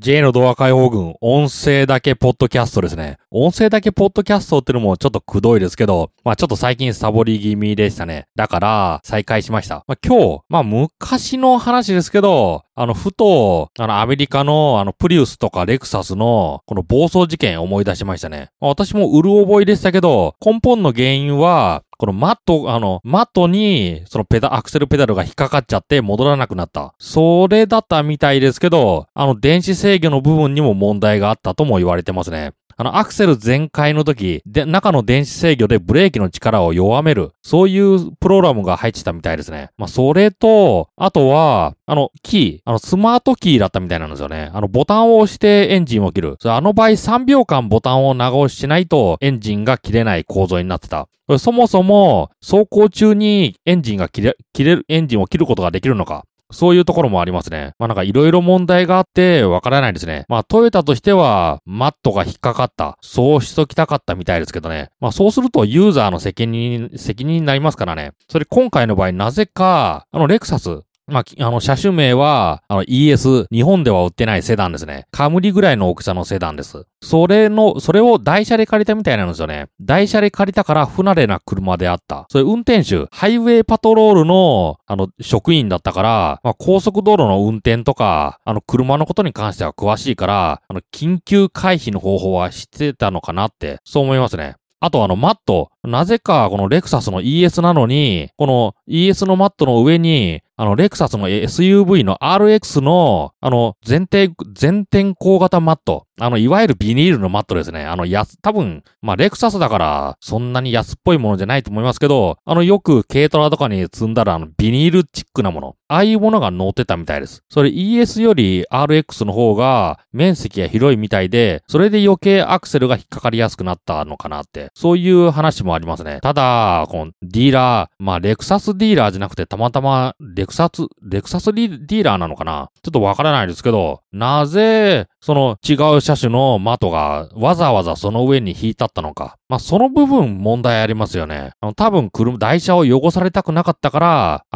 J の動画解放軍、音声だけポッドキャストですね。音声だけポッドキャストってのもちょっとくどいですけど、ちょっと最近サボり気味でしたね。だから、再開しました。今日、昔の話ですけど、ふと、アメリカの、プリウスとかレクサスの、この暴走事件思い出しましたね。私もうる覚えでしたけど、根本の原因は、このマットに、アクセルペダルが引っかかっちゃって戻らなくなった。それだったみたいですけど、電子制御の部分にも問題があったとも言われてますね。アクセル全開の時、中の電子制御でブレーキの力を弱める。そういうプログラムが入ってたみたいですね。それと、あとは、キー、スマートキーだったみたいなんですよね。ボタンを押してエンジンを切る。場合3秒間ボタンを長押ししないとエンジンが切れない構造になってた。そもそも、走行中にエンジンを切ることができるのか。そういうところもありますね。いろいろ問題があってわからないですね。トヨタとしてはマットが引っかかった。そうしときたかったみたいですけどね。そうするとユーザーの責任になりますからね。それ今回の場合なぜか、レクサス。車種名は、ES、日本では売ってないセダンですね。カムリぐらいの大きさのセダンです。それを台車で借りたみたいなんですよね。台車で借りたから不慣れな車であった。それ運転手、ハイウェイパトロールの、職員だったから、高速道路の運転とか、車のことに関しては詳しいから、緊急回避の方法は知ってたのかなって、そう思いますね。あとマット。なぜかこのレクサスの ES なのに、この ES のマットの上に、レクサスの SUV の RX の、全天候型マット。いわゆるビニールのマットですね。多分、レクサスだから、そんなに安っぽいものじゃないと思いますけど、よく軽トラとかに積んだら、ビニールチックなもの。ああいうものが乗ってたみたいです。それ ES より RX の方が、面積が広いみたいで、それで余計アクセルが引っかかりやすくなったのかなって。そういう話もありますね。ただ、このディーラー、レクサスディーラーじゃなくて、たまたまレクサスディーラーなのかな？ちょっとわからないですけど、なぜ、その違う車種のマトがわざわざその上に引いたったのか。その部分問題ありますよね。多分台車を汚されたくなかったから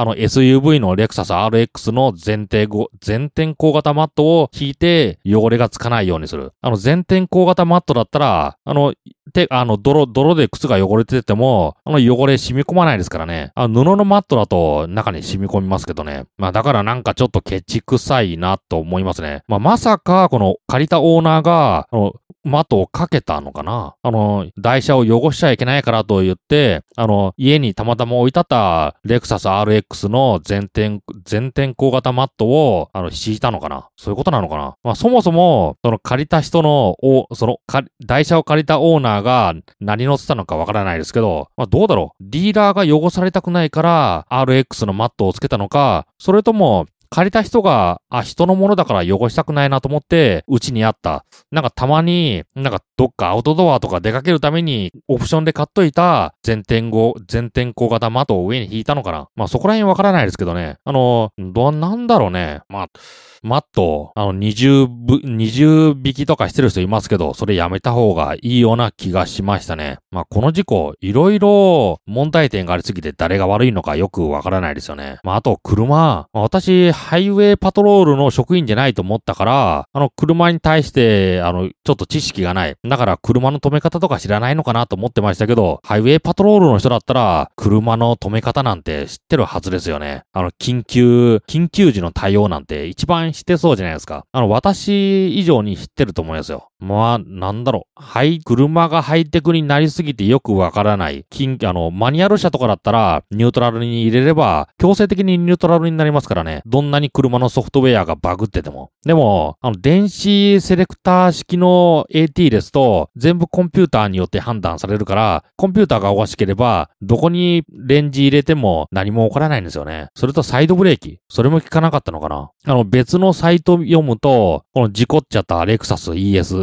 、SUV のレクサス RX の全天候型マットを引いて汚れがつかないようにする。全天候型マットだったら、泥で靴が汚れてても、汚れ染み込まないですからね。布のマットだと中に染み込みますけどね。だからなんかちょっとケチくさいなと思いますね。まさか、この借りたオーナーが、マットをかけたのかな？台車を汚しちゃいけないからと言って、家にたまたま置いてあったレクサス RX の全天候型マットを、敷いたのかな？そういうことなのかな？そもそも、借りた人の、台車を借りたオーナーが何乗ってたのかわからないですけど、どうだろう？ディーラーが汚されたくないから RX のマットをつけたのか、それとも、借りた人が、人のものだから汚したくないなと思って、うちにあった。たまに、どっかアウトドアとか出かけるために、オプションで買っといた全天候型マットを上に引いたのかな。そこら辺わからないですけどね。なんだろうね。マット、20匹とかしてる人いますけど、それやめた方がいいような気がしましたね。この事故、いろいろ問題点がありすぎて誰が悪いのかよくわからないですよね。あと、車。私、ハイウェイパトロールの職員じゃないと思ったから、車に対して、ちょっと知識がない。だから、車の止め方とか知らないのかなと思ってましたけど、ハイウェイパトロールの人だったら、車の止め方なんて知ってるはずですよね。緊急時の対応なんて一番知ってそうじゃないですか。私以上に知ってると思いますよ。なんだろう。車がハイテクになりすぎてよくわからない。マニュアル車とかだったら、ニュートラルに入れれば、強制的にニュートラルになりますからね。どんなに車のソフトウェアがバグってても。でも、電子セレクター式の AT ですと、全部コンピューターによって判断されるから、コンピューターがおかしければ、どこにレンジ入れても何も起こらないんですよね。それとサイドブレーキ。それも効かなかったのかな。別のサイト読むと、この事故っちゃったレクサス ES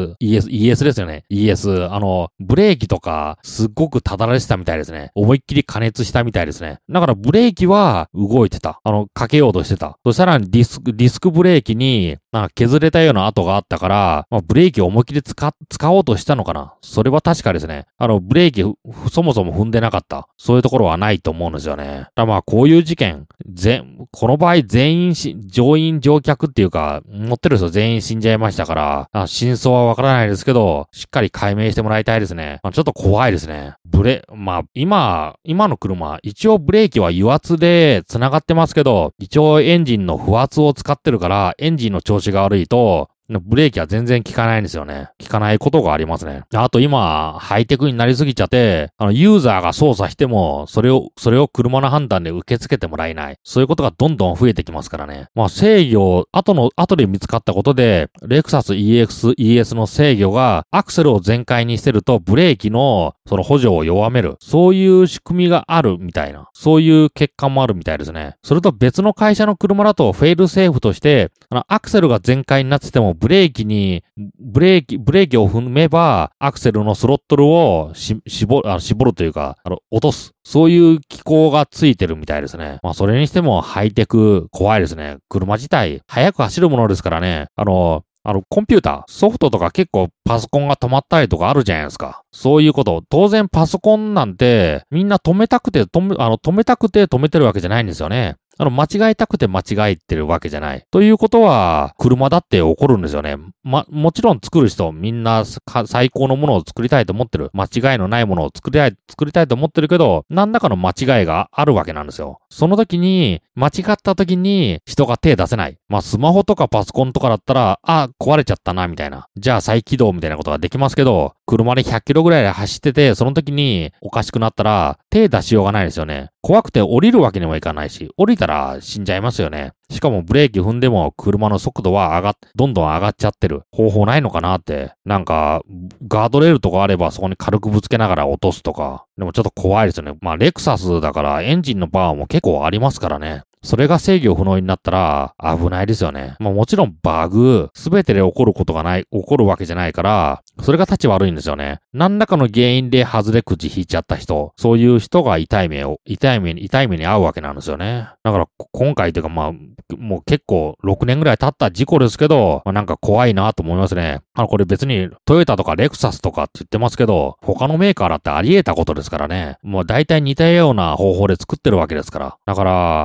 ES ですよね。ES。ブレーキとか、すっごくただれてたみたいですね。思いっきり加熱したみたいですね。だからブレーキは動いてた。かけようとしてた。そしたらディスクブレーキに、削れたような跡があったから、ブレーキを思いっきり使おうとしたのかな。それは確かですね。ブレーキ、そもそも踏んでなかった。そういうところはないと思うんですよね。だからこういう事件、この場合全員乗員乗客っていうか、乗ってる人全員死んじゃいましたから、真相はわからないですけど、しっかり解明してもらいたいですね。ちょっと怖いですね。今の車、一応ブレーキは油圧で繋がってますけど、一応エンジンの不圧を使ってるから、エンジンの調子が悪いと、ブレーキは全然効かないんですよね。効かないことがありますね。あと今、ハイテクになりすぎちゃって、ユーザーが操作しても、それを車の判断で受け付けてもらえない。そういうことがどんどん増えてきますからね。制御、後で見つかったことで、レクサス ES の制御が、アクセルを全開にしてると、ブレーキの、その補助を弱める。そういう仕組みがあるみたいな。そういう結果もあるみたいですね。それと別の会社の車だと、フェイルセーフとして、アクセルが全開になってても、ブレーキを踏めば、アクセルのスロットルを絞るというか、落とす。そういう機構がついてるみたいですね。それにしてもハイテク怖いですね。車自体、速く走るものですからね。コンピューター、ソフトとか結構パソコンが止まったりとかあるじゃないですか。そういうこと。当然パソコンなんてみんな止めたくて止めてるわけじゃないんですよね。間違えたくて間違えてるわけじゃない。ということは、車だって起こるんですよね。もちろん作る人、みんな最高のものを作りたいと思ってる。間違いのないものを作りたいと思ってるけど、何らかの間違いがあるわけなんですよ。その時に、間違った時に人が手出せない。スマホとかパソコンとかだったら、壊れちゃったな、みたいな。じゃあ再起動みたいなことができますけど、車で100キロぐらいで走ってて、その時におかしくなったら、手出しようがないですよね。怖くて降りるわけにもいかないし、降りたら死んじゃいますよね。しかもブレーキ踏んでも車の速度はどんどん上がっちゃってる。方法ないのかなって。ガードレールとかあればそこに軽くぶつけながら落とすとか。でもちょっと怖いですよね。レクサスだからエンジンのパワーも結構ありますからね。それが制御不能になったら危ないですよね。もちろんバグ、すべてで起こるわけじゃないから、それが立ち悪いんですよね。何らかの原因で外れくじ引いちゃった人、そういう人が痛い目に遭うわけなんですよね。だから今回というかもう結構6年ぐらい経った事故ですけど、怖いなと思いますね。これ別にトヨタとかレクサスとかって言ってますけど、他のメーカーだってあり得たことですからね。もう大体似たような方法で作ってるわけですから。だから、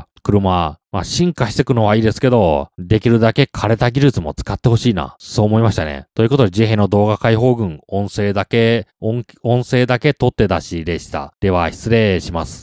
車、進化していくのはいいですけど、できるだけ枯れた技術も使ってほしいな。そう思いましたね。ということで、ジェヘの動画解放軍、音声だけ撮って出しでした。では、失礼します。